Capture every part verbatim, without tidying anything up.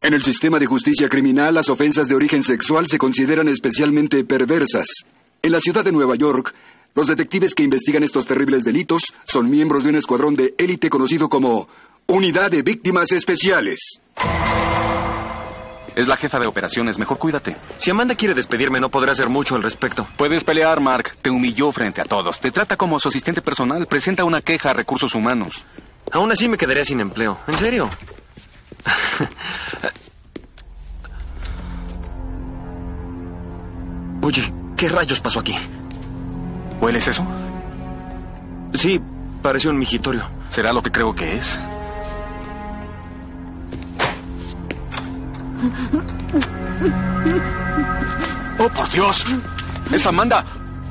En el sistema de justicia criminal, las ofensas de origen sexual se consideran especialmente perversas. En la ciudad de Nueva York, los detectives que investigan estos terribles delitos son miembros de un escuadrón de élite conocido como Unidad de Víctimas Especiales. Es la jefa de operaciones, mejor cuídate. Si Amanda quiere despedirme, no podré hacer mucho al respecto. Puedes pelear, Mark. Te humilló frente a todos. Te trata como su asistente personal. Presenta una queja a recursos humanos. Aún así me quedaré sin empleo. ¿En serio? Oye, ¿qué rayos pasó aquí? ¿Hueles eso? Sí, pareció un migitorio. ¿Será lo que creo que es? ¡Oh, por Dios! ¡Es Amanda!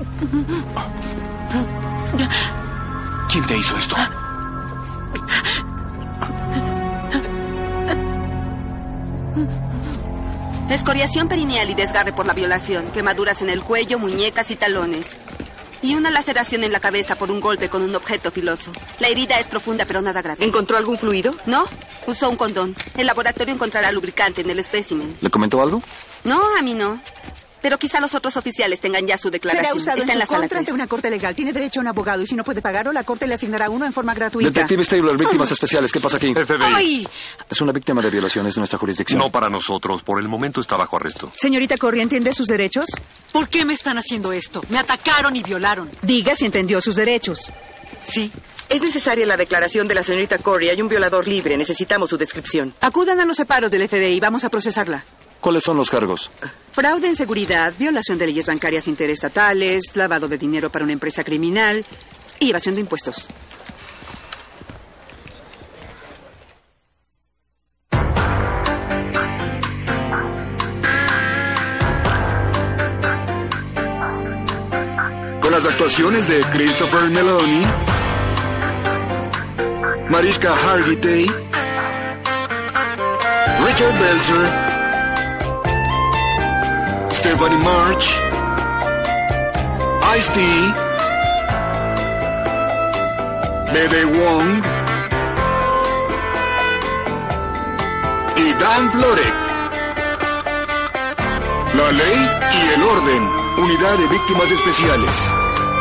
¿Quién te hizo esto? Escoriación perineal y desgarre por la violación, quemaduras en el cuello, muñecas y talones. Y una laceración en la cabeza por un golpe con un objeto filoso. La herida es profunda, pero nada grave. ¿Encontró algún fluido? No, usó un condón. El laboratorio encontrará lubricante en el espécimen. ¿Le comentó algo? No, a mí no. Pero quizá los otros oficiales tengan ya su declaración. Será usado Está en en la su sala contra ante tres. una corte legal. Tiene derecho a un abogado y si no puede pagarlo, la corte le asignará uno en forma gratuita. Detective Stabler, víctimas especiales. ¿Qué pasa aquí? F B I. ¡Ay! Es una víctima de violaciones de nuestra jurisdicción. No para nosotros. Por el momento está bajo arresto. Señorita Corrie, ¿entiende sus derechos? ¿Por qué me están haciendo esto? Me atacaron y violaron. Diga si entendió sus derechos. Sí. Es necesaria la declaración de la señorita Corrie. Hay un violador libre. Necesitamos su descripción. Acudan a los separos del F B I. Vamos a procesarla. ¿Cuáles son los cargos? Fraude en seguridad, violación de leyes bancarias interestatales, lavado de dinero para una empresa criminal y evasión de impuestos. Con las actuaciones de Christopher Meloni, Mariska Hargitay, Richard Belzer, Stephanie March, Ice-T, Bebe Wong y Dan Florek. La ley y el orden. Unidad de Víctimas Especiales.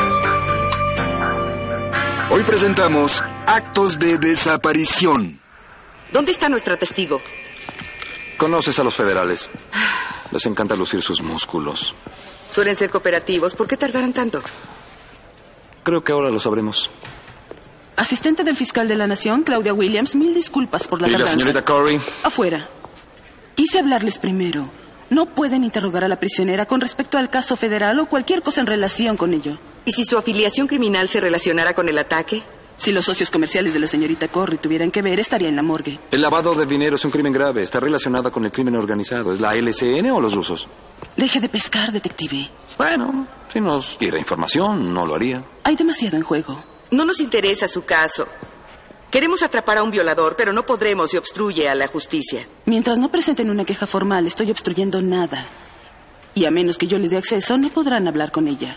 Hoy presentamos Actos de Desaparición. ¿Dónde está nuestra testigo? ¿Conoces a los federales? Les encanta lucir sus músculos. Suelen ser cooperativos. ¿Por qué tardarán tanto? Creo que ahora lo sabremos. Asistente del fiscal de la Nación, Claudia Williams, mil disculpas por la ¿Y tardanza. la señorita Corrie? Afuera. Quise hablarles primero. No pueden interrogar a la prisionera con respecto al caso federal o cualquier cosa en relación con ello. ¿Y si su afiliación criminal se relacionara con el ataque? Si los socios comerciales de la señorita Corrie tuvieran que ver, estaría en la morgue. El lavado de dinero es un crimen grave. Está relacionada con el crimen organizado. ¿Es la L C N o los rusos? Deje de pescar, detective. Bueno, si nos diera información, no lo haría. Hay demasiado en juego. No nos interesa su caso. Queremos atrapar a un violador, pero no podremos si obstruye a la justicia. Mientras no presenten una queja formal, estoy obstruyendo nada. Y a menos que yo les dé acceso, no podrán hablar con ella.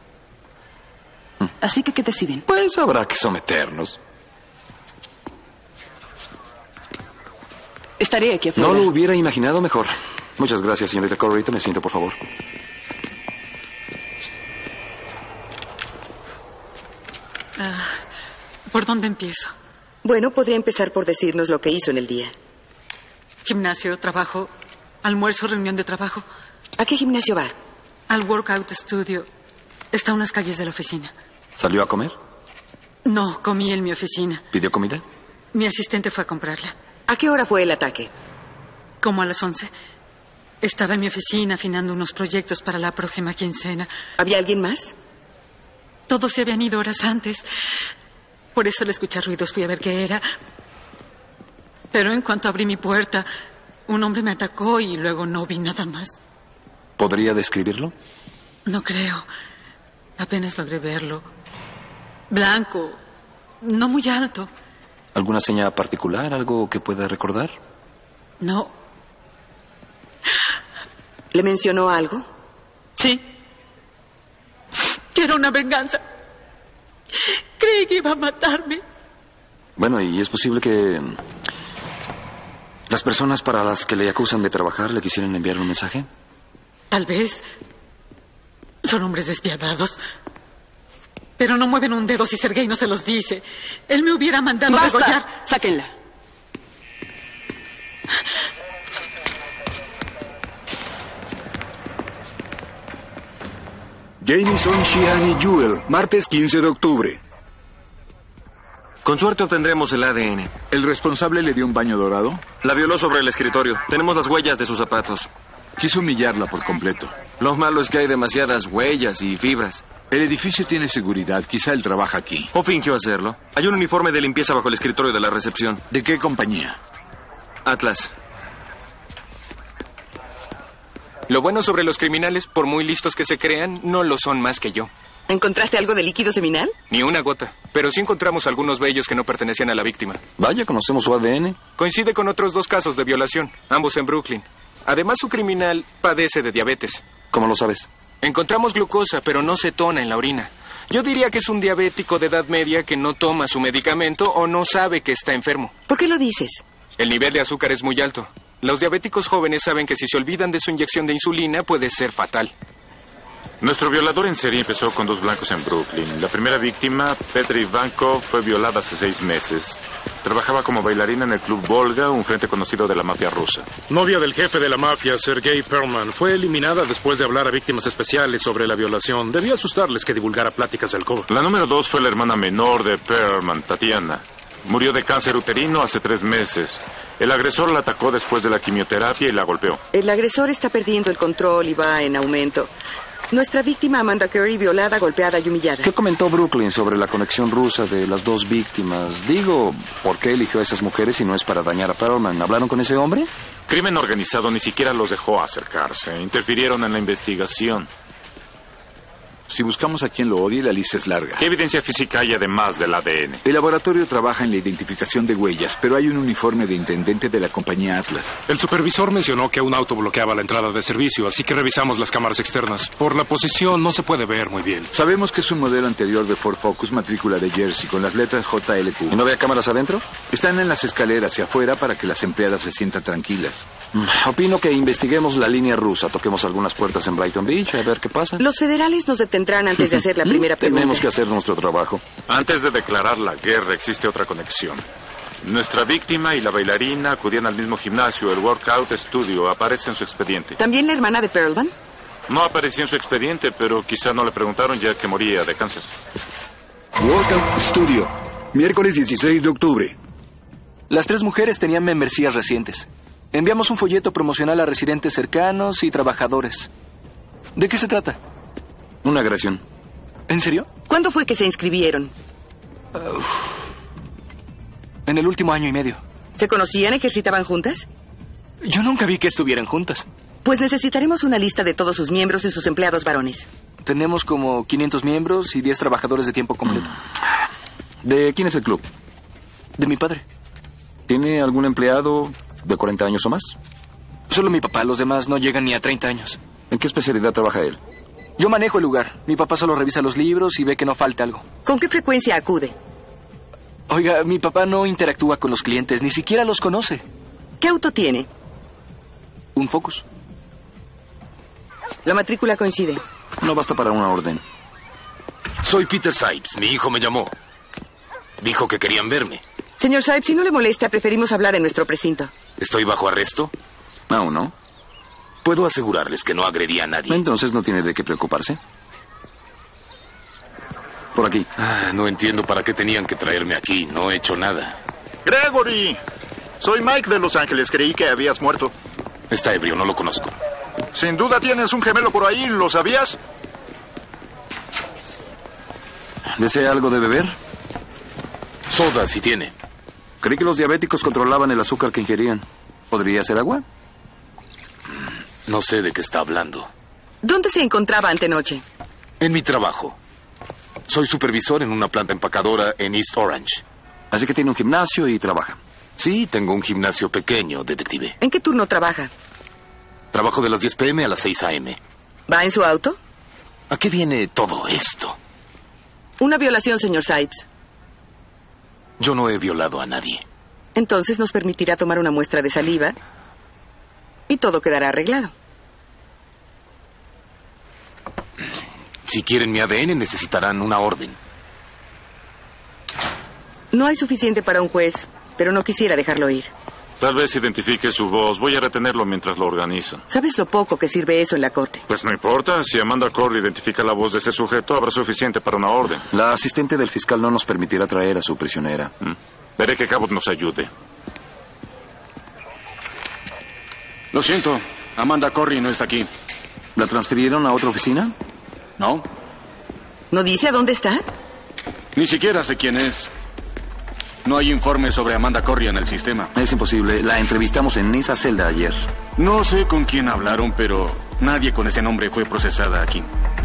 Así que, ¿qué deciden? Pues habrá que someternos. Estaré aquí afuera. No lo hubiera imaginado mejor. Muchas gracias, señorita Corrie. Me siento, por favor. Ah, ¿por dónde empiezo? Bueno, podría empezar por decirnos lo que hizo en el día. Gimnasio, trabajo, almuerzo, reunión de trabajo. ¿A qué gimnasio va? Al Workout Studio. Está a unas calles de la oficina. ¿Salió a comer? No, comí en mi oficina. ¿Pidió comida? Mi asistente fue a comprarla. ¿A qué hora fue el ataque? Como a las once. Estaba en mi oficina afinando unos proyectos para la próxima quincena. ¿Había alguien más? Todos se habían ido horas antes. Por eso al escuchar ruidos fui a ver qué era. Pero en cuanto abrí mi puerta, un hombre me atacó y luego no vi nada más. ¿Podría describirlo? No creo. Apenas logré verlo. Blanco, no muy alto. ¿Alguna seña particular? ¿Algo que pueda recordar? No. ¿Le mencionó algo? Sí. Que era una venganza. Creí que iba a matarme. Bueno, y es posible que... ¿Las personas para las que le acusan de trabajar le quisieran enviar un mensaje? Tal vez. Son hombres despiadados. Pero no mueven un dedo si Sergei no se los dice. Él me hubiera mandado ¡Basta! degollar. Sáquenla. Jamison, Sheehan y Jewell, martes quince de octubre. Con suerte obtendremos el A D N. ¿El responsable le dio un baño dorado? La violó sobre el escritorio. Tenemos las huellas de sus zapatos. Quiso humillarla por completo. Lo malo es que hay demasiadas huellas y fibras. El edificio tiene seguridad. Quizá él trabaja aquí. O fingió hacerlo. Hay un uniforme de limpieza bajo el escritorio de la recepción. ¿De qué compañía? Atlas. Lo bueno sobre los criminales, por muy listos que se crean, no lo son más que yo. ¿Encontraste algo de líquido seminal? Ni una gota. Pero sí encontramos algunos vellos que no pertenecían a la víctima. Vaya, conocemos su A D N. Coincide con otros dos casos de violación, ambos en Brooklyn. Además, su criminal padece de diabetes. ¿Cómo lo sabes? Encontramos glucosa, pero no cetona en la orina. Yo diría que es un diabético de edad media que no toma su medicamento o no sabe que está enfermo. ¿Por qué lo dices? El nivel de azúcar es muy alto. Los diabéticos jóvenes saben que si se olvidan de su inyección de insulina puede ser fatal. Nuestro violador en serie empezó con dos blancos en Brooklyn. La primera víctima, Petra Ivankov, fue violada hace seis meses. Trabajaba como bailarina en el Club Volga, un frente conocido de la mafia rusa. Novia del jefe de la mafia, Sergei Perlman, fue eliminada después de hablar a víctimas especiales sobre la violación. Debía asustarles que divulgara pláticas del cobro. La número dos fue la hermana menor de Perlman, Tatiana. Murió de cáncer uterino hace tres meses. El agresor la atacó después de la quimioterapia y la golpeó. El agresor está perdiendo el control y va en aumento. Nuestra víctima, Amanda Curry, violada, golpeada y humillada. ¿Qué comentó Brooklyn sobre la conexión rusa de las dos víctimas? Digo, ¿por qué eligió a esas mujeres si no es para dañar a Perlman? ¿Hablaron con ese hombre? Crimen organizado ni siquiera los dejó acercarse. Interfirieron en la investigación. Si buscamos a quien lo odie, la lista es larga. ¿Qué evidencia física hay además del A D N? El laboratorio trabaja en la identificación de huellas, pero hay un uniforme de intendente de la compañía Atlas. El supervisor mencionó que un auto bloqueaba la entrada de servicio, así que revisamos las cámaras externas. Por la posición no se puede ver muy bien. Sabemos que es un modelo anterior de Ford Focus, matrícula de Jersey, con las letras J L Q. ¿Y no había cámaras adentro? Están en las escaleras y afuera para que las empleadas se sientan tranquilas. Opino que investiguemos la línea rusa, toquemos algunas puertas en Brighton Beach, a ver qué pasa. Los federales nos detendrán antes de hacer la primera pregunta. Tenemos que hacer nuestro trabajo. Antes de declarar la guerra existe otra conexión. Nuestra víctima y la bailarina acudían al mismo gimnasio, el Workout Studio. Aparece en su expediente. ¿También la hermana de Perlman? No aparecía en su expediente, pero quizá no le preguntaron ya que moría de cáncer. Workout Studio, miércoles dieciséis de octubre. Las tres mujeres tenían membresías recientes. Enviamos un folleto promocional a residentes cercanos y trabajadores. ¿De qué se trata? Una agresión. ¿En serio? ¿Cuándo fue que se inscribieron? Uh, en el último año y medio. ¿Se conocían? ¿Ejercitaban juntas? Yo nunca vi que estuvieran juntas. Pues necesitaremos una lista de todos sus miembros y sus empleados varones. Tenemos como quinientos miembros y diez trabajadores de tiempo completo. ¿De quién es el club? De mi padre. ¿Tiene algún empleado de cuarenta años o más? Solo mi papá, los demás no llegan ni a treinta años. ¿En qué especialidad trabaja él? Yo manejo el lugar. Mi papá solo revisa los libros y ve que no falte algo. ¿Con qué frecuencia acude? Oiga, mi papá no interactúa con los clientes, ni siquiera los conoce. ¿Qué auto tiene? Un Focus. La matrícula coincide. No basta para una orden. Soy Peter Sipes. Mi hijo me llamó. Dijo que querían verme. Señor Sipes, si no le molesta, preferimos hablar en nuestro precinto. ¿Estoy bajo arresto? Aún no. Puedo asegurarles que no agredí a nadie. Entonces no tiene de qué preocuparse. Por aquí. Ah, no entiendo para qué tenían que traerme aquí. No he hecho nada. Gregory, soy Mike de Los Ángeles. Creí que habías muerto. Está ebrio, no lo conozco. Sin duda tienes un gemelo por ahí, ¿lo sabías? ¿Desea algo de beber? Soda, si tiene. Creí que los diabéticos controlaban el azúcar que ingerían. ¿Podría ser agua? No sé de qué está hablando. ¿Dónde se encontraba antenoche? En mi trabajo. Soy supervisor en una planta empacadora en East Orange. Así que tiene un gimnasio y trabaja. Sí, tengo un gimnasio pequeño, detective. ¿En qué turno trabaja? Trabajo de las diez pe eme a las seis a eme. ¿Va en su auto? ¿A qué viene todo esto? Una violación, señor Sipes. Yo no he violado a nadie. Entonces nos permitirá tomar una muestra de saliva y todo quedará arreglado. Si quieren mi A D N, necesitarán una orden. No hay suficiente para un juez, pero no quisiera dejarlo ir. Tal vez identifique su voz. Voy a retenerlo mientras lo organizo. ¿Sabes lo poco que sirve eso en la corte? Pues no importa. Si Amanda Corley identifica la voz de ese sujeto, habrá suficiente para una orden. La asistente del fiscal no nos permitirá traer a su prisionera. Mm. Veré que Cabot nos ayude. Lo siento. Amanda Corley no está aquí. ¿La transfirieron a otra oficina? No. ¿No dice a dónde está? Ni siquiera sé quién es. No hay informe sobre Amanda Corley en el sistema. Es imposible. La entrevistamos en esa celda ayer. No sé con quién hablaron, pero nadie con ese nombre fue procesada aquí.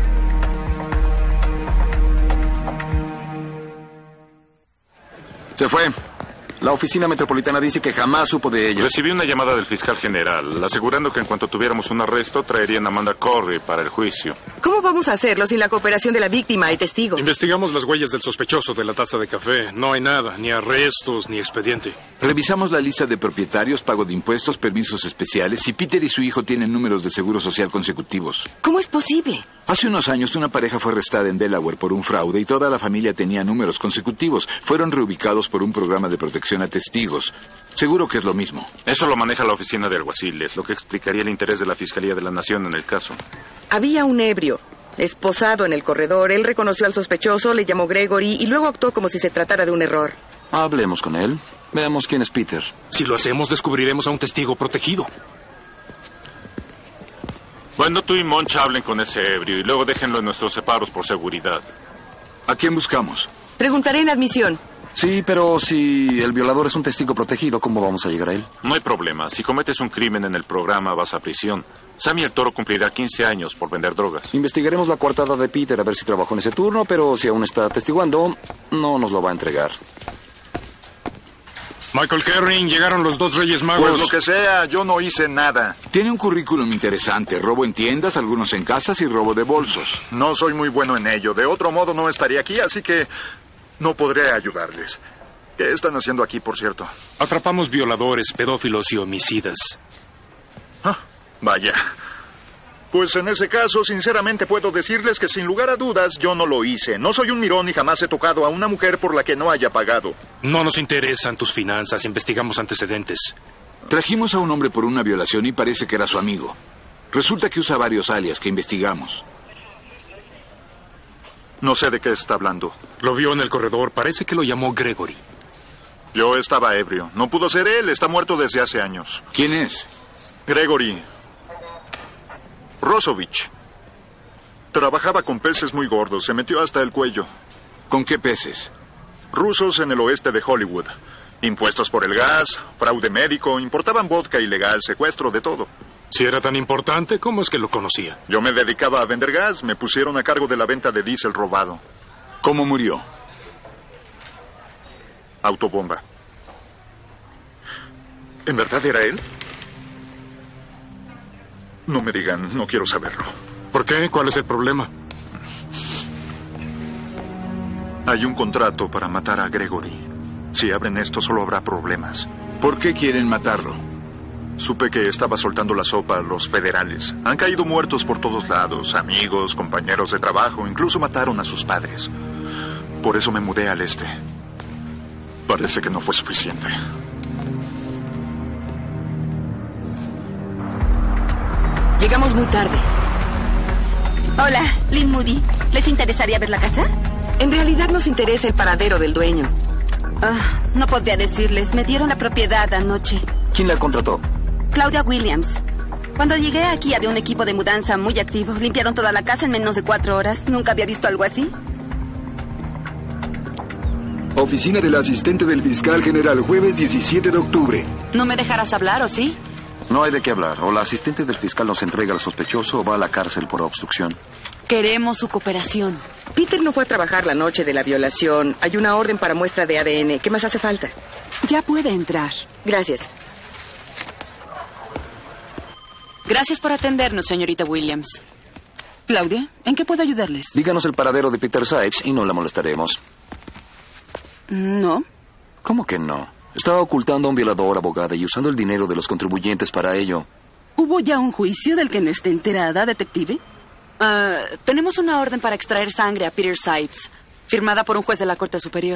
Se fue. La oficina metropolitana dice que jamás supo de ella. Recibí una llamada del fiscal general, asegurando que en cuanto tuviéramos un arresto, traerían a Amanda Corley para el juicio. ¿Cómo vamos a hacerlo sin la cooperación de la víctima y testigo? Investigamos las huellas del sospechoso de la taza de café. No hay nada, ni arrestos, ni expediente. Revisamos la lista de propietarios, pago de impuestos, permisos especiales, y Peter y su hijo tienen números de seguro social consecutivos. ¿Cómo es posible? Hace unos años una pareja fue arrestada en Delaware por un fraude y toda la familia tenía números consecutivos. Fueron reubicados por un programa de protección a testigos. Seguro que es lo mismo. Eso lo maneja la oficina de alguaciles, lo que explicaría el interés de la Fiscalía de la Nación en el caso. Había un ebrio, esposado en el corredor. Él reconoció al sospechoso, le llamó Gregory y luego actuó como si se tratara de un error. Hablemos con él. Veamos quién es Peter. Si lo hacemos, descubriremos a un testigo protegido. Bueno, tú y Monch hablen con ese ebrio y luego déjenlo en nuestros separos por seguridad. ¿A quién buscamos? Preguntaré en admisión. Sí, pero si el violador es un testigo protegido, ¿cómo vamos a llegar a él? No hay problema. Si cometes un crimen en el programa, vas a prisión. Sammy el Toro cumplirá quince años por vender drogas. Investigaremos la coartada de Peter a ver si trabajó en ese turno, pero si aún está atestiguando, no nos lo va a entregar. Michael Kerring, llegaron los dos Reyes Magos. Pues lo que sea, yo no hice nada. Tiene un currículum interesante. Robo en tiendas, algunos en casas y robo de bolsos. No soy muy bueno en ello. De otro modo no estaría aquí, así que no podré ayudarles. ¿Qué están haciendo aquí, por cierto? Atrapamos violadores, pedófilos y homicidas. Ah, vaya. Pues en ese caso, sinceramente puedo decirles que sin lugar a dudas yo no lo hice. No soy un mirón y jamás he tocado a una mujer por la que no haya pagado. No nos interesan tus finanzas, investigamos antecedentes. Trajimos a un hombre por una violación y parece que era su amigo. Resulta que usa varios alias que investigamos. No sé de qué está hablando. Lo vio en el corredor, parece que lo llamó Gregory. Yo estaba ebrio. No pudo ser él, está muerto desde hace años. ¿Quién es? Gregory Rosovich. Trabajaba con peces muy gordos, se metió hasta el cuello. ¿Con qué peces? Rusos en el oeste de Hollywood. Impuestos por el gas, fraude médico, importaban vodka ilegal, secuestro, de todo. Si era tan importante, ¿cómo es que lo conocía? Yo me dedicaba a vender gas, me pusieron a cargo de la venta de diésel robado. ¿Cómo murió? Autobomba. ¿En verdad era él? No me digan, no quiero saberlo. ¿Por qué? ¿Cuál es el problema? Hay un contrato para matar a Gregory. Si abren esto, solo habrá problemas. ¿Por qué quieren matarlo? Supe que estaba soltando la sopa a los federales. Han caído muertos por todos lados, amigos, compañeros de trabajo, incluso mataron a sus padres. Por eso me mudé al este. Parece que no fue suficiente. Llegamos muy tarde. Hola, Lynn Moody. ¿Les interesaría ver la casa? En realidad nos interesa el paradero del dueño. Ah, no podría decirles. Me dieron la propiedad anoche. ¿Quién la contrató? Claudia Williams. Cuando llegué aquí había un equipo de mudanza muy activo. Limpiaron toda la casa en menos de cuatro horas. Nunca había visto algo así. Oficina del asistente del fiscal general, jueves diecisiete de octubre. ¿No me dejarás hablar, o sí? No hay de qué hablar. O la asistente del fiscal nos entrega al sospechoso o va a la cárcel por obstrucción. Queremos su cooperación. Peter no fue a trabajar la noche de la violación. Hay una orden para muestra de A D N. ¿Qué más hace falta? Ya puede entrar. Gracias. Gracias por atendernos, señorita Williams. Claudia, ¿en qué puedo ayudarles? Díganos el paradero de Peter Sipes y no la molestaremos. No. ¿Cómo que no? Estaba ocultando a un violador, abogada, y usando el dinero de los contribuyentes para ello. ¿Hubo ya un juicio del que no esté enterada, detective? Uh, tenemos una orden para extraer sangre a Peter Sipes, firmada por un juez de la Corte Superior.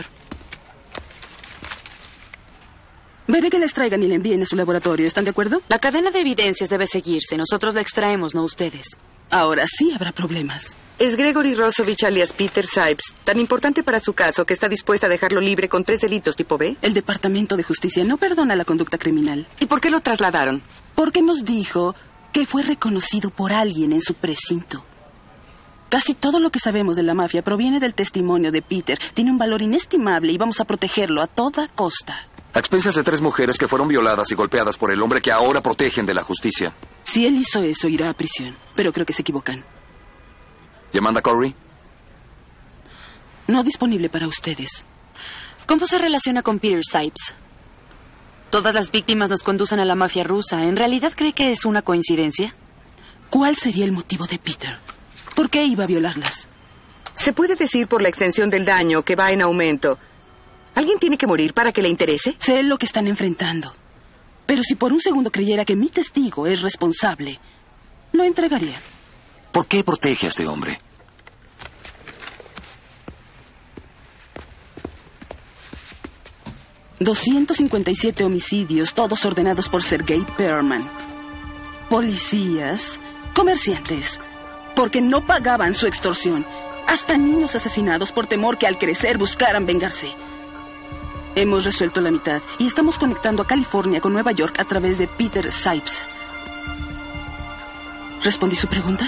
Veré que la extraigan y la envíen a su laboratorio. ¿Están de acuerdo? La cadena de evidencias debe seguirse. Nosotros la extraemos, no ustedes. Ahora sí habrá problemas. Es Gregory Rosovich alias Peter Sipes tan importante para su caso que está dispuesta a dejarlo libre con tres delitos tipo B? El Departamento de Justicia no perdona la conducta criminal. ¿Y por qué lo trasladaron? Porque nos dijo que fue reconocido por alguien en su precinto. Casi todo lo que sabemos de la mafia proviene del testimonio de Peter. Tiene un valor inestimable y vamos a protegerlo a toda costa. A expensas de tres mujeres que fueron violadas y golpeadas por el hombre que ahora protegen de la justicia. Si él hizo eso, irá a prisión. Pero creo que se equivocan. ¿Y Amanda Corey? No disponible para ustedes. ¿Cómo se relaciona con Peter Sipes? Todas las víctimas nos conducen a la mafia rusa. ¿En realidad cree que es una coincidencia? ¿Cuál sería el motivo de Peter? ¿Por qué iba a violarlas? Se puede decir por la extensión del daño que va en aumento. ¿Alguien tiene que morir para que le interese? Sé lo que están enfrentando. Pero si por un segundo creyera que mi testigo es responsable, lo entregaría. ¿Por qué protege a este hombre? doscientos cincuenta y siete homicidios, todos ordenados por Sergei Perman. Policías, comerciantes, porque no pagaban su extorsión. Hasta niños asesinados por temor que al crecer buscaran vengarse. Hemos resuelto la mitad y estamos conectando a California con Nueva York a través de Peter Sipes. ¿Respondí su pregunta?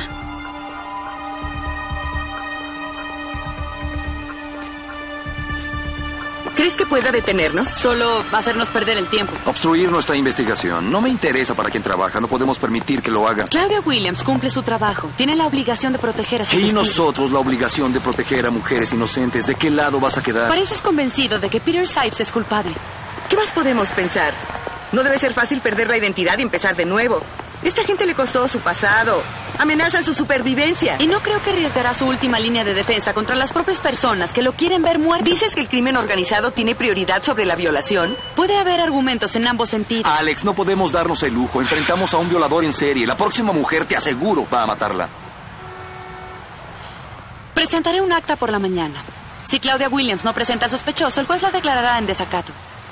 ¿Crees que pueda detenernos? Solo hacernos perder el tiempo. Obstruir nuestra investigación. No me interesa para quién trabaja. No podemos permitir que lo haga. Claudia Williams cumple su trabajo. Tiene la obligación de proteger a su Y testigo. nosotros la obligación de proteger a mujeres inocentes. ¿De qué lado vas a quedar? Pareces convencido de que Peter Sipes es culpable. ¿Qué más podemos pensar? No debe ser fácil perder la identidad y empezar de nuevo. Esta gente le costó su pasado. Amenazan su supervivencia. Y no creo que arriesgará su última línea de defensa contra las propias personas que lo quieren ver muerto. ¿Dices que el crimen organizado tiene prioridad sobre la violación? Puede haber argumentos en ambos sentidos. Alex, no podemos darnos el lujo. Enfrentamos a un violador en serie. La próxima mujer, te aseguro, va a matarla. Presentaré un acta por la mañana. Si Claudia Williams no presenta al sospechoso, el juez la declarará en desacato.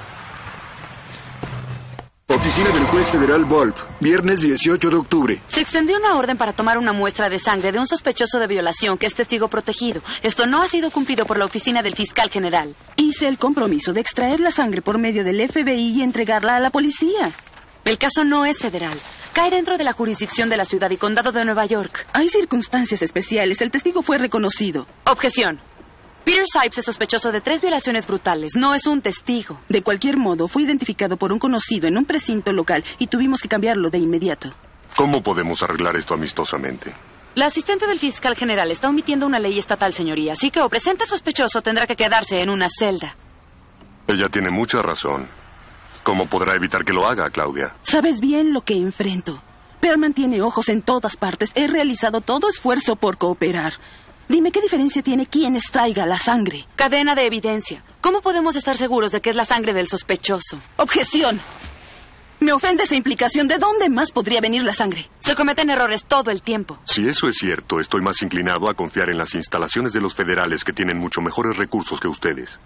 Oficina del Juez Federal Volp, viernes dieciocho de octubre. Se extendió una orden para tomar una muestra de sangre de un sospechoso de violación que es testigo protegido. Esto no ha sido cumplido por la oficina del fiscal general. Hice el compromiso de extraer la sangre por medio del F B I y entregarla a la policía. El caso no es federal. Cae dentro de la jurisdicción de la ciudad y condado de Nueva York. Hay circunstancias especiales. El testigo fue reconocido. Objeción. Peter Sipes es sospechoso de tres violaciones brutales. No es un testigo. De cualquier modo, fue identificado por un conocido en un precinto local y tuvimos que cambiarlo de inmediato. ¿Cómo podemos arreglar esto amistosamente? La asistente del fiscal general está omitiendo una ley estatal, señoría. Así que o presenta al sospechoso, tendrá que quedarse en una celda. Ella tiene mucha razón. ¿Cómo podrá evitar que lo haga, Claudia? Sabes bien lo que enfrento. Perman tiene ojos en todas partes. He realizado todo esfuerzo por cooperar. Dime, ¿qué diferencia tiene quién extraiga la sangre? Cadena de evidencia. ¿Cómo podemos estar seguros de que es la sangre del sospechoso? Objeción. Me ofende esa implicación. ¿De dónde más podría venir la sangre? Se cometen errores todo el tiempo. Si eso es cierto, estoy más inclinado a confiar en las instalaciones de los federales que tienen mucho mejores recursos que ustedes.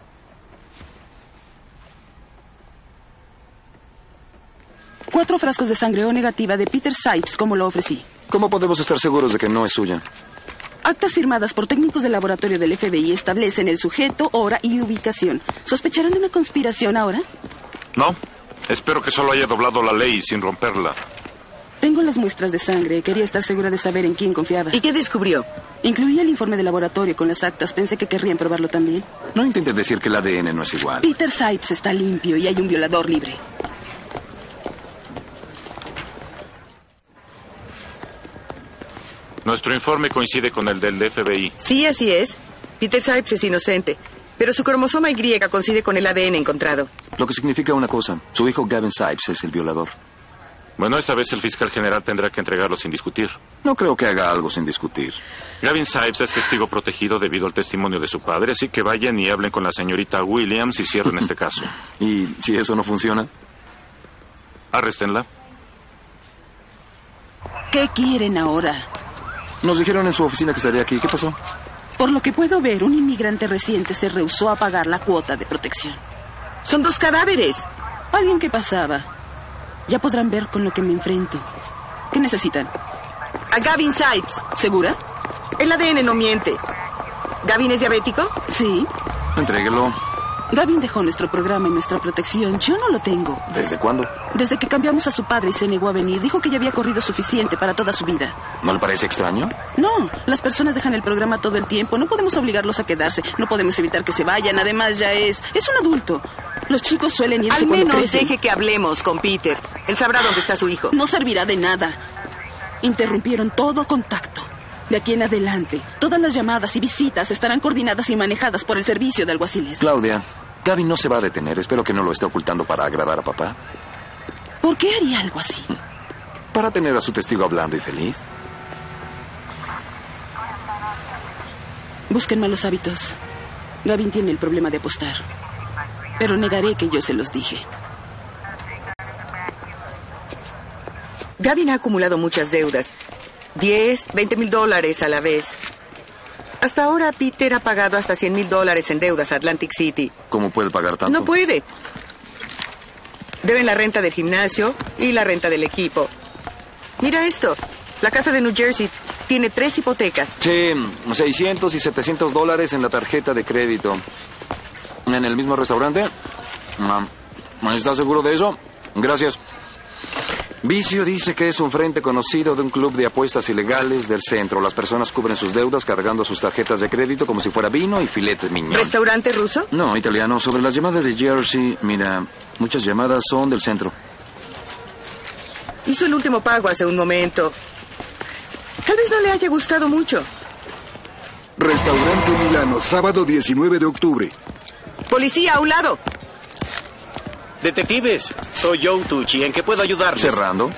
Cuatro frascos de sangre O negativa de Peter Sipes, como lo ofrecí. ¿Cómo podemos estar seguros de que no es suya? Actas firmadas por técnicos del laboratorio del F B I establecen el sujeto, hora y ubicación. ¿Sospecharán de una conspiración ahora? No. Espero que solo haya doblado la ley sin romperla. Tengo las muestras de sangre. Quería estar segura de saber en quién confiaba. ¿Y qué descubrió? Incluía el informe de laboratorio con las actas. Pensé que querrían probarlo también. No intentes decir que el A D N no es igual. Peter Sipes está limpio y hay un violador libre. Nuestro informe coincide con el del F B I. Sí, así es. Peter Sipes es inocente, pero su cromosoma Y coincide con el A D N encontrado. Lo que significa una cosa. Su hijo Gavin Sipes es el violador. Bueno, esta vez el fiscal general tendrá que entregarlo sin discutir. No creo que haga algo sin discutir. Gavin Sipes es testigo protegido debido al testimonio de su padre, así que vayan y hablen con la señorita Williams y cierren este caso. ¿Y si eso no funciona? Arréstenla. ¿Qué quieren ahora? Nos dijeron en su oficina que estaría aquí. ¿Qué pasó? Por lo que puedo ver, un inmigrante reciente se rehusó a pagar la cuota de protección. Son dos cadáveres. Alguien que pasaba. Ya podrán ver con lo que me enfrento. ¿Qué necesitan? A Gavin Sipes. ¿Segura? El A D N no miente. ¿Gavin es diabético? Sí. Entréguelo. Gavin dejó nuestro programa y nuestra protección. Yo no lo tengo. ¿Desde cuándo? Desde que cambiamos a su padre y se negó a venir. Dijo que ya había corrido suficiente para toda su vida. ¿No le parece extraño? No, las personas dejan el programa todo el tiempo. No podemos obligarlos a quedarse. No podemos evitar que se vayan. Además, ya es... Es un adulto. Los chicos suelen irse Al cuando menos crecen. deje que hablemos con Peter. Él sabrá dónde está su hijo. No servirá de nada. Interrumpieron todo contacto. De aquí en adelante, todas las llamadas y visitas estarán coordinadas y manejadas por el servicio de alguaciles. Claudia, Gavin no se va a detener. Espero que no lo esté ocultando para agradar a papá. ¿Por qué haría algo así? Para tener a su testigo hablando y feliz. Busquen malos hábitos. Gavin tiene el problema de apostar. Pero negaré que yo se los dije. Gavin ha acumulado muchas deudas. Diez, veinte mil dólares a la vez. Hasta ahora Peter ha pagado hasta cien mil dólares en deudas a Atlantic City. ¿Cómo puede pagar tanto? No puede. Deben la renta del gimnasio y la renta del equipo. Mira esto. La casa de New Jersey tiene tres hipotecas. Sí, seiscientos y setecientos dólares en la tarjeta de crédito. ¿En el mismo restaurante? ¿Estás seguro de eso? Gracias. Vicio dice que es un frente conocido de un club de apuestas ilegales del centro. Las personas cubren sus deudas cargando sus tarjetas de crédito como si fuera vino y filetes miñón. ¿Restaurante ruso? No, italiano. Sobre las llamadas de Jersey, mira, muchas llamadas son del centro. Hizo el último pago hace un momento. Tal vez no le haya gustado mucho. Restaurante Milano, sábado diecinueve de octubre. Policía, a un lado. Detectives, soy Joe Tucci. ¿En qué puedo ayudarles? Cerrando.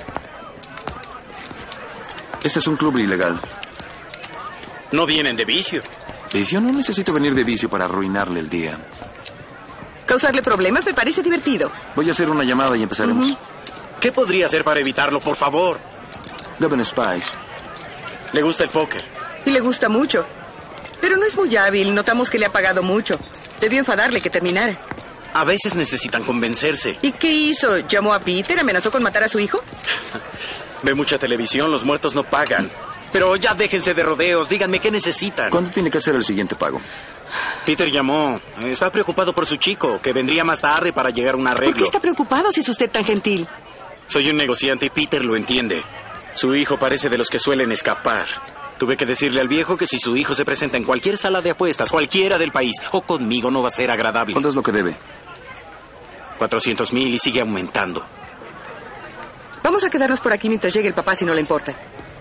Este es un club ilegal. No vienen de vicio. ¿Vicio? No necesito venir de vicio para arruinarle el día. Causarle problemas me parece divertido. Voy a hacer una llamada y empezaremos. Uh-huh. ¿Qué podría hacer para evitarlo, por favor? Gavin Spice. ¿Le gusta el póker? Y le gusta mucho. Pero no es muy hábil. Notamos que le ha pagado mucho. Debió enfadarle que terminara. A veces necesitan convencerse. ¿Y qué hizo? ¿Llamó a Peter? ¿Amenazó con matar a su hijo? Ve mucha televisión, los muertos no pagan. Pero ya déjense de rodeos, díganme qué necesitan. ¿Cuándo tiene que hacer el siguiente pago? Peter llamó. Está preocupado por su chico, que vendría más tarde para llegar a un arreglo. ¿Por qué está preocupado si es usted tan gentil? Soy un negociante y Peter lo entiende. Su hijo parece de los que suelen escapar. Tuve que decirle al viejo que si su hijo se presenta en cualquier sala de apuestas, cualquiera del país, o conmigo, no va a ser agradable. ¿Cuánto es lo que debe? Cuatrocientos mil y sigue aumentando. Vamos a quedarnos por aquí mientras llegue el papá, si no le importa.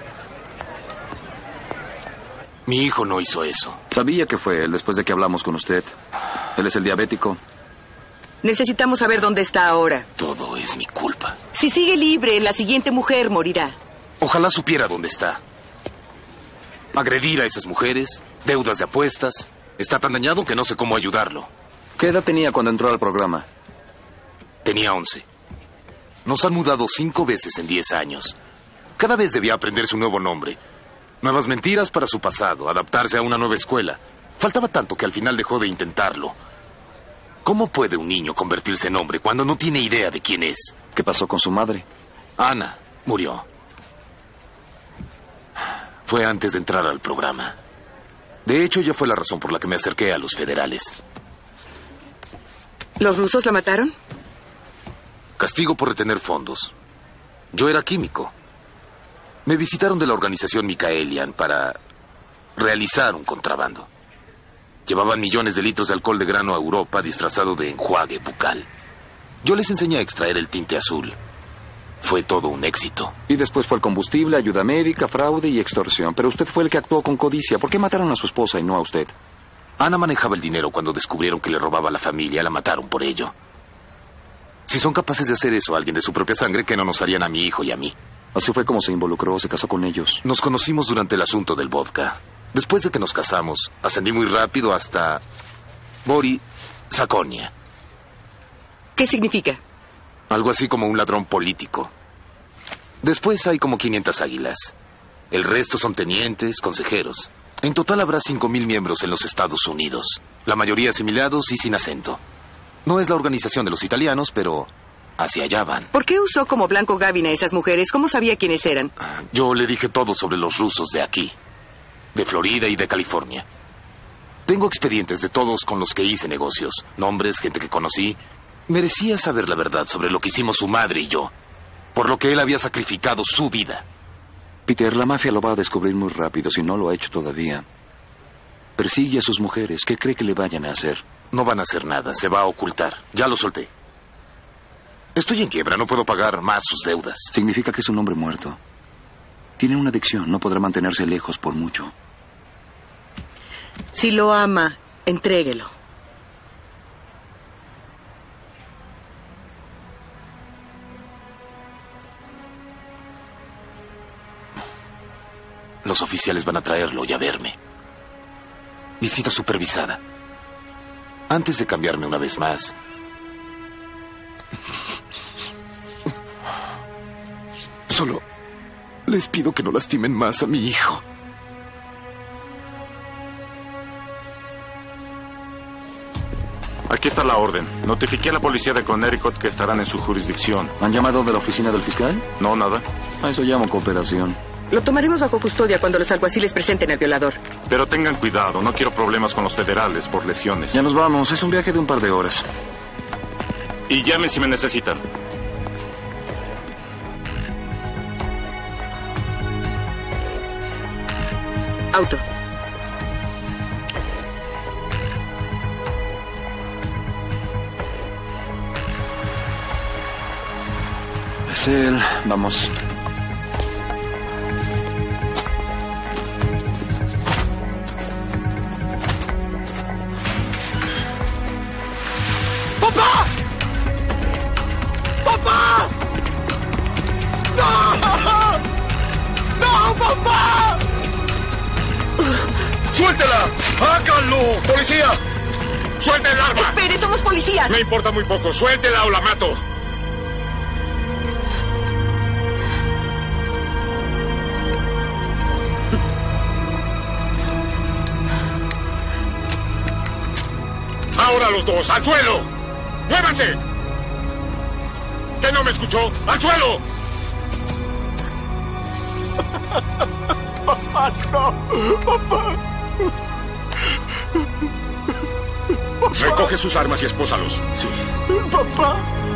Mi hijo no hizo eso. Sabía que fue él después de que hablamos con usted. Él es el diabético. Necesitamos saber dónde está ahora. Todo es mi culpa. Si sigue libre, la siguiente mujer morirá. Ojalá supiera dónde está. Agredir a esas mujeres, deudas de apuestas. Está tan dañado que no sé cómo ayudarlo. ¿Qué edad tenía cuando entró al programa? Tenía once. Nos han mudado cinco veces en diez años. Cada vez debía aprenderse un nuevo nombre. Nuevas mentiras para su pasado, adaptarse a una nueva escuela. Faltaba tanto que al final dejó de intentarlo. ¿Cómo puede un niño convertirse en hombre cuando no tiene idea de quién es? ¿Qué pasó con su madre? Ana murió. Fue antes de entrar al programa. De hecho, ella fue la razón por la que me acerqué a los federales. ¿Los rusos la mataron? Castigo por retener fondos. Yo era químico. Me visitaron de la organización Michaelian para realizar un contrabando. Llevaban millones de litros de alcohol de grano a Europa disfrazado de enjuague bucal. Yo les enseñé a extraer el tinte azul. Fue todo un éxito. Y después fue el combustible, ayuda médica, fraude y extorsión. Pero usted fue el que actuó con codicia. ¿Por qué mataron a su esposa y no a usted? Ana manejaba el dinero cuando descubrieron que le robaba a la familia. La mataron por ello. Si son capaces de hacer eso a alguien de su propia sangre, ¿qué no nos harían a mi hijo y a mí? Así fue como se involucró, se casó con ellos. Nos conocimos durante el asunto del vodka. Después de que nos casamos, ascendí muy rápido hasta Bori Sakonia. ¿Qué significa? Algo así como un ladrón político. Después hay como quinientas águilas. El resto son tenientes, consejeros. En total habrá cinco mil miembros en los Estados Unidos. La mayoría asimilados y sin acento. No es la organización de los italianos, pero hacia allá van. ¿Por qué usó como blanco Gavin a esas mujeres? ¿Cómo sabía quiénes eran? Yo le dije todo sobre los rusos de aquí, de Florida y de California. Tengo expedientes de todos con los que hice negocios. Nombres, gente que conocí. Merecía saber la verdad sobre lo que hicimos su madre y yo. Por lo que él había sacrificado su vida. Peter, la mafia lo va a descubrir muy rápido, si no lo ha hecho todavía. Persigue a sus mujeres. ¿Qué cree que le vayan a hacer? No van a hacer nada, se va a ocultar. Ya lo solté. Estoy en quiebra, no puedo pagar más sus deudas. Significa que es un hombre muerto. Tiene una adicción, no podrá mantenerse lejos por mucho. Si lo ama, entréguelo. Los oficiales van a traerlo y a verme. Visita supervisada. Antes de cambiarme una vez más. Solo les pido que no lastimen más a mi hijo. Aquí está la orden. Notifiqué a la policía de Connecticut que estarán en su jurisdicción. ¿Han llamado de la oficina del fiscal? No, nada. A eso llamo cooperación. Lo tomaremos bajo custodia cuando los alguaciles presenten al violador. Pero tengan cuidado, no quiero problemas con los federales por lesiones. Ya nos vamos, es un viaje de un par de horas. Y llamen si me necesitan. Auto. Es él, vamos. ¡Papá! ¡Papá! ¡No! ¡No, papá! ¡Suéltela! ¡Háganlo! ¡Policía! ¡Suelte el arma! ¡Espere, somos policías! Me importa muy poco. Suéltela o la mato. Ahora los dos, al suelo. ¡Muévanse! ¿Qué no me escuchó? ¡Al suelo! ¡Papá, no! ¡Papá! Recoge sus armas y espósalos. Sí. ¡Papá!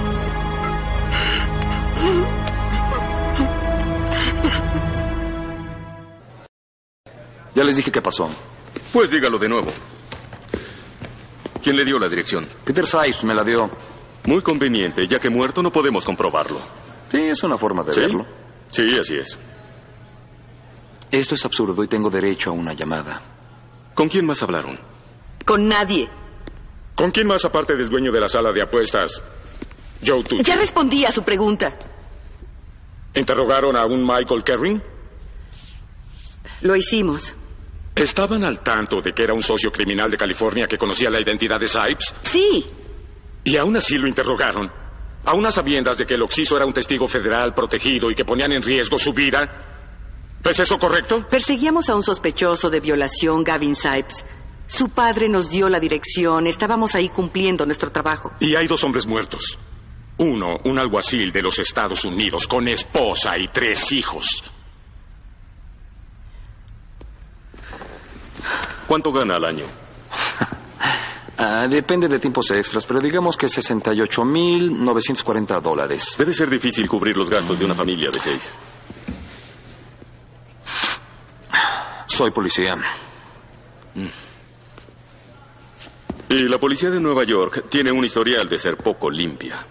Ya les dije qué pasó. Pues dígalo de nuevo. ¿Quién le dio la dirección? Peter Sipes me la dio. Muy conveniente, ya que muerto no podemos comprobarlo. Sí, es una forma de ¿Sí? verlo. Sí, así es. Esto es absurdo y tengo derecho a una llamada. ¿Con quién más hablaron? Con nadie. ¿Con quién más aparte del dueño de la sala de apuestas? Joe Tucci. Ya respondí a su pregunta. ¿Interrogaron a un Michael Kerring? Lo hicimos. ¿Estaban al tanto de que era un socio criminal de California que conocía la identidad de Sipes? Sí. Y aún así lo interrogaron. Aún a sabiendas de que el occiso era un testigo federal protegido y que ponían en riesgo su vida. ¿Es eso correcto? Perseguíamos a un sospechoso de violación, Gavin Sipes. Su padre nos dio la dirección. Estábamos ahí cumpliendo nuestro trabajo. Y hay dos hombres muertos. Uno, un alguacil de los Estados Unidos, con esposa y tres hijos. ¿Cuánto gana al año? Ah, depende de tiempos extras, pero digamos que sesenta y ocho mil novecientos cuarenta dólares. Debe ser difícil cubrir los gastos de una familia de seis. Soy policía. Y la policía de Nueva York tiene un historial de ser poco limpia.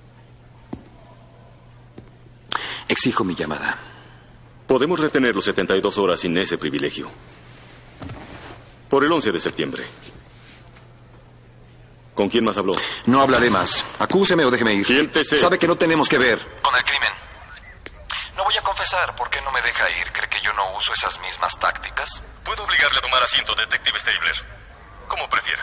Exijo mi llamada. Podemos retenerlo setenta y dos horas sin ese privilegio. Por el once de septiembre. ¿Con quién más habló? No hablaré más. Acúseme o déjeme ir. Siéntese. Sabe que no tenemos que ver. Con el crimen. No voy a confesar. ¿Por qué no me deja ir? ¿Cree que yo no uso esas mismas tácticas? Puedo obligarle a tomar asiento, detective Stabler. Como prefiera.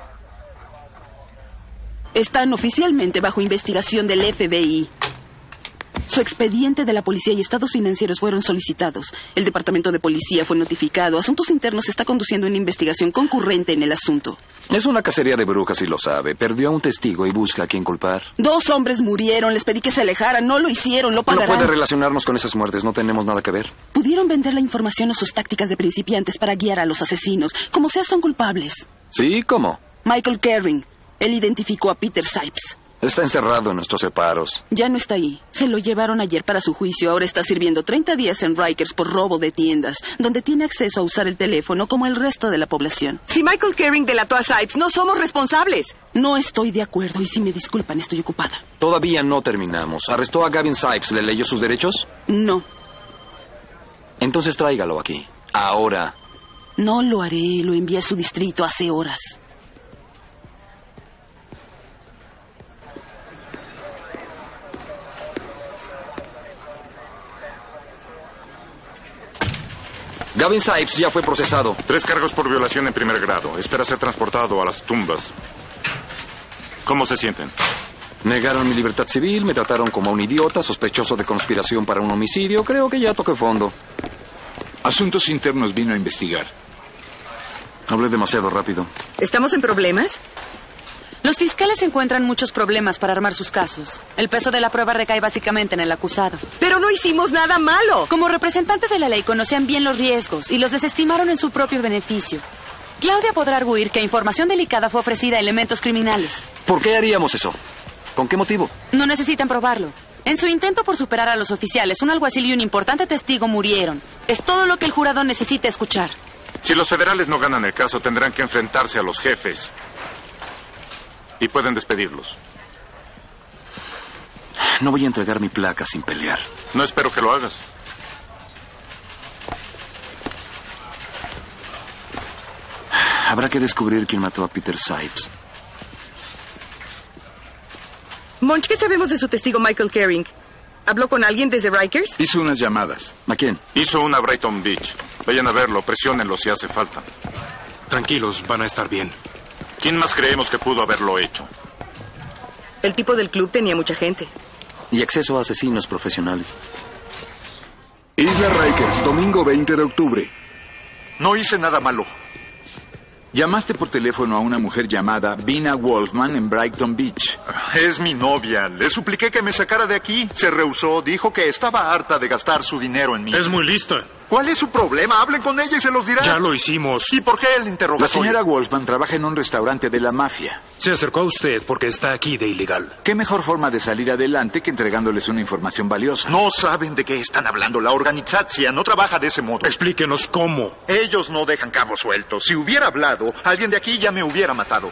Están oficialmente bajo investigación del F B I. Su expediente de la policía y estados financieros fueron solicitados. El departamento de policía fue notificado. Asuntos Internos está conduciendo una investigación concurrente en el asunto. Es una cacería de brujas y lo sabe. Perdió a un testigo y busca a quién culpar. Dos hombres murieron. Les pedí que se alejaran. No lo hicieron. Lo pagarán. No puede relacionarnos con esas muertes. No tenemos nada que ver. Pudieron vender la información o sus tácticas de principiantes para guiar a los asesinos. Como sea, son culpables. ¿Sí? ¿Cómo? Michael Kerring. Él identificó a Peter Sipes. Está encerrado en nuestros separos. Ya no está ahí. Se lo llevaron ayer para su juicio. Ahora está sirviendo treinta días en Rikers por robo de tiendas, donde tiene acceso a usar el teléfono como el resto de la población. Si Michael Kerring delató a Sipes, no somos responsables. No estoy de acuerdo y si me disculpan, estoy ocupada. Todavía no terminamos. ¿Arrestó a Gavin Sipes? ¿Le leyó sus derechos? No. Entonces tráigalo aquí. Ahora. No lo haré. Lo envié a su distrito hace horas. Gavin Sipes ya fue procesado. Tres cargos por violación en primer grado. Espera ser transportado a las tumbas. ¿Cómo se sienten? Negaron mi libertad civil, me trataron como a un idiota, sospechoso de conspiración para un homicidio. Creo que ya toqué fondo. Asuntos Internos vino a investigar. Hablé demasiado rápido. ¿Estamos en problemas? Los fiscales encuentran muchos problemas para armar sus casos. El peso de la prueba recae básicamente en el acusado. Pero no hicimos nada malo. Como representantes de la ley conocían bien los riesgos y los desestimaron en su propio beneficio. Claudia podrá arguir que información delicada fue ofrecida a elementos criminales. ¿Por qué haríamos eso? ¿Con qué motivo? No necesitan probarlo. En su intento por superar a los oficiales, un alguacil y un importante testigo murieron. Es todo lo que el jurado necesita escuchar. Si los federales no ganan el caso, tendrán que enfrentarse a los jefes. Y pueden despedirlos. No voy a entregar mi placa sin pelear. No espero que lo hagas. Habrá que descubrir quién mató a Peter Sipes. Monch, ¿qué sabemos de su testigo Michael Kerring? ¿Habló con alguien desde Rikers? Hizo unas llamadas. ¿A quién? Hizo una a Brighton Beach. Vayan a verlo, presiónenlo si hace falta. Tranquilos, van a estar bien. ¿Quién más creemos que pudo haberlo hecho? El tipo del club tenía mucha gente. Y acceso a asesinos profesionales. Isla Rikers, domingo veinte de octubre. No hice nada malo. Llamaste por teléfono a una mujer llamada Vina Wolfman en Brighton Beach. Es mi novia. Le supliqué que me sacara de aquí. Se rehusó. Dijo que estaba harta de gastar su dinero en mí. Es muy lista. ¿Cuál es su problema? Hablen con ella y se los dirá. Ya lo hicimos. ¿Y por qué el interrogatorio? La señora Wolfman trabaja en un restaurante de la mafia. Se acercó a usted porque está aquí de ilegal. ¿Qué mejor forma de salir adelante que entregándoles una información valiosa? No saben de qué están hablando. La organización no trabaja de ese modo. Explíquenos cómo. Ellos no dejan cabos sueltos. Si hubiera hablado, alguien de aquí ya me hubiera matado.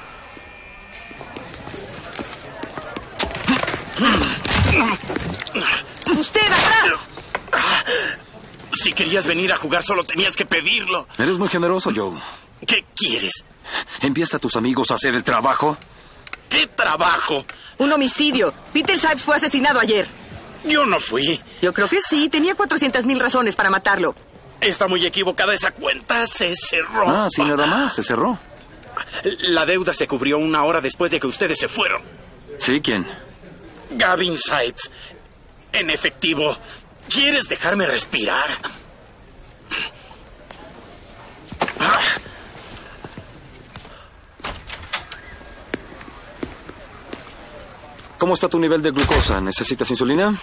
¡Usted atrás! Si querías venir a jugar, solo tenías que pedirlo. Eres muy generoso, Joe. ¿Qué quieres? ¿Envías a tus amigos a hacer el trabajo? ¿Qué trabajo? Un homicidio. Peter Sipes fue asesinado ayer. Yo no fui. Yo creo que sí. Tenía cuatrocientas mil razones para matarlo. Está muy equivocada esa cuenta. Se cerró. Ah, sí, nada más. Se cerró. La deuda se cubrió una hora después de que ustedes se fueron. ¿Sí? ¿Quién? Gavin Sipes. En efectivo. ¿Quieres dejarme respirar? Ah. ¿Cómo está tu nivel de glucosa? ¿Necesitas insulina?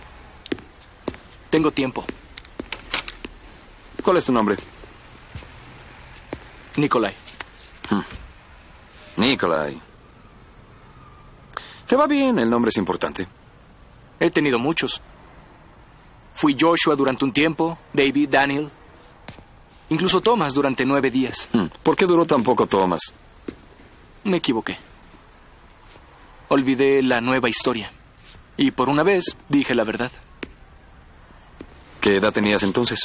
Tengo tiempo. ¿Cuál es tu nombre? Nikolai. Hmm. Nikolai. Te va bien, el nombre es importante. He tenido muchos. Fui Joshua durante un tiempo, David, Daniel. Incluso Thomas durante nueve días. Hmm. ¿Por qué duró tan poco Thomas? Me equivoqué. Olvidé la nueva historia. Y por una vez dije la verdad. ¿Qué edad tenías entonces?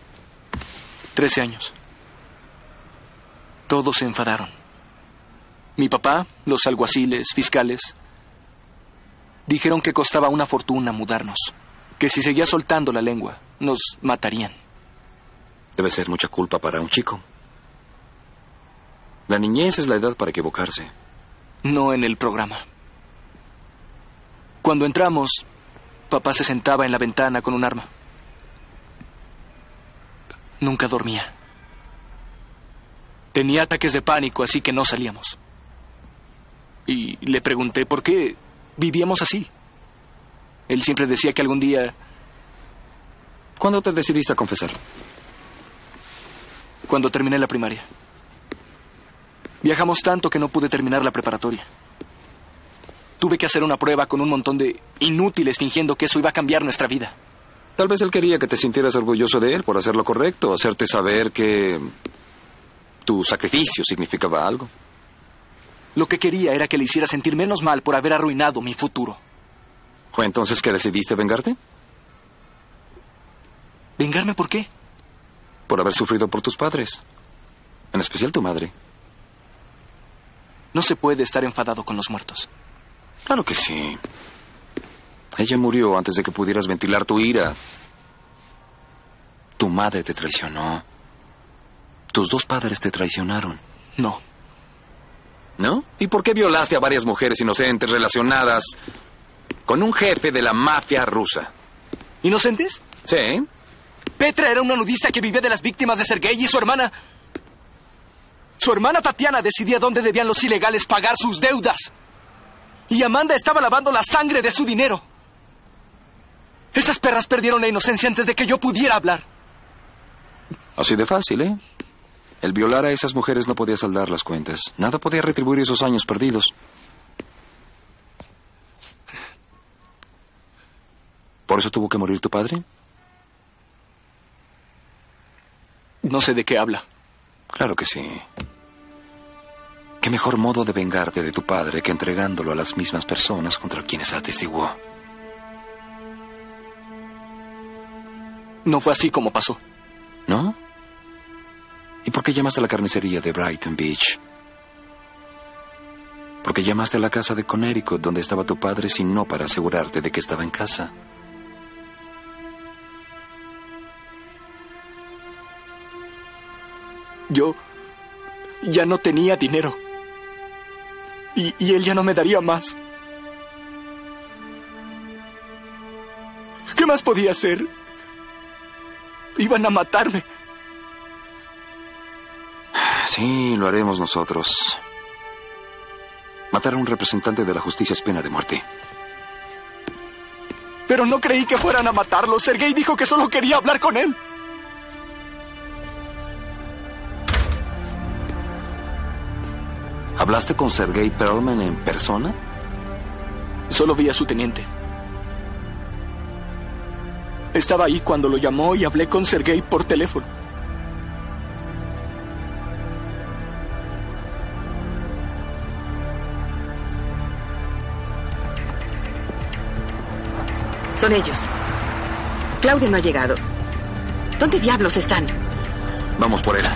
Trece años. Todos se enfadaron. Mi papá, los alguaciles, fiscales, dijeron que costaba una fortuna mudarnos, que si seguía soltando la lengua, nos matarían. Debe ser mucha culpa para un chico. La niñez es la edad para equivocarse. No en el programa. Cuando entramos, papá se sentaba en la ventana con un arma. Nunca dormía. Tenía ataques de pánico, así que no salíamos. Y le pregunté por qué vivíamos así. Él siempre decía que algún día... ¿Cuándo te decidiste a confesar? Cuando terminé la primaria. Viajamos tanto que no pude terminar la preparatoria. Tuve que hacer una prueba con un montón de inútiles fingiendo que eso iba a cambiar nuestra vida. Tal vez él quería que te sintieras orgulloso de él por hacer lo correcto, hacerte saber que tu sacrificio significaba algo. Lo que quería era que le hiciera sentir menos mal por haber arruinado mi futuro. ¿Fue entonces que decidiste vengarte? ¿Vengarme por qué? Por haber sufrido por tus padres. En especial tu madre. No se puede estar enfadado con los muertos. Claro que sí. Ella murió antes de que pudieras ventilar tu ira. Tu madre te traicionó. Tus dos padres te traicionaron. No. ¿No? ¿Y por qué violaste a varias mujeres inocentes relacionadas con un jefe de la mafia rusa? ¿Inocentes? Sí. Petra era una nudista que vivía de las víctimas de Sergei y su hermana... Su hermana Tatiana decidía dónde debían los ilegales pagar sus deudas. Y Amanda estaba lavando la sangre de su dinero. Esas perras perdieron la inocencia antes de que yo pudiera hablar. Así de fácil, ¿eh? El violar a esas mujeres no podía saldar las cuentas. Nada podía retribuir esos años perdidos. ¿Por eso tuvo que morir tu padre? No sé de qué habla. Claro que sí. ¿Qué mejor modo de vengarte de tu padre que entregándolo a las mismas personas contra quienes atestiguó? No fue así como pasó. ¿No? ¿Y por qué llamaste a la carnicería de Brighton Beach? ¿Por qué llamaste a la casa de Connecticut donde estaba tu padre si no para asegurarte de que estaba en casa? Yo ya no tenía dinero. Y, y él ya no me daría más. ¿Qué más podía hacer? Iban a matarme. Sí, lo haremos nosotros. Matar a un representante de la justicia es pena de muerte. Pero no creí que fueran a matarlo. Sergei dijo que solo quería hablar con él. ¿Hablaste con Sergei Perlman en persona? Solo vi a su teniente. Estaba ahí cuando lo llamó y hablé con Sergei por teléfono. Son ellos. Claudia no ha llegado. ¿Dónde diablos están? Vamos por él.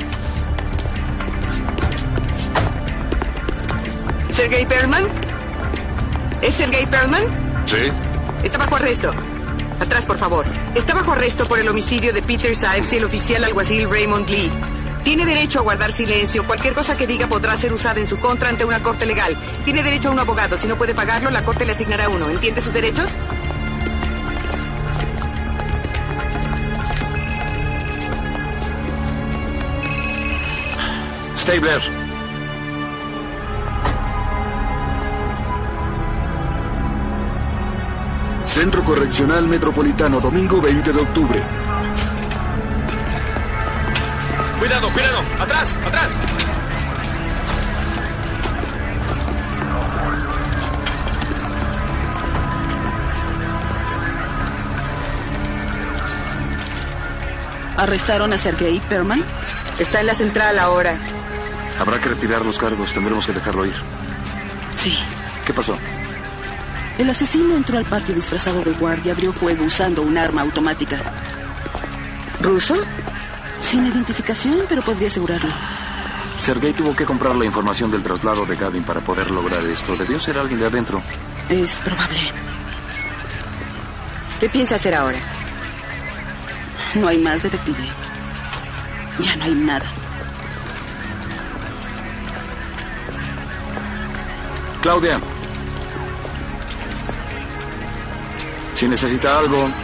¿Sergei Perlman? ¿Es Sergei Perlman? Sí. Está bajo arresto. Atrás, por favor. Está bajo arresto por el homicidio de Peter Ives y el oficial alguacil Raymond Lee. Tiene derecho a guardar silencio. Cualquier cosa que diga podrá ser usada en su contra ante una corte legal. Tiene derecho a un abogado. Si no puede pagarlo, la corte le asignará uno. ¿Entiende sus derechos? Stabler. Centro Correccional Metropolitano, domingo veinte de octubre. Cuidado, cuidado. Atrás, atrás. ¿Arrestaron a Sergei Perlman? Está en la central ahora. Habrá que retirar los cargos. Tendremos que dejarlo ir. Sí. ¿Qué pasó? El asesino entró al patio disfrazado de guardia y abrió fuego usando un arma automática. ¿Ruso? Sin identificación, pero podría asegurarlo. Sergei tuvo que comprar la información del traslado de Gavin para poder lograr esto. Debió ser alguien de adentro. Es probable. ¿Qué piensa hacer ahora? No hay más, detective. Ya no hay nada. Claudia. Si necesita algo,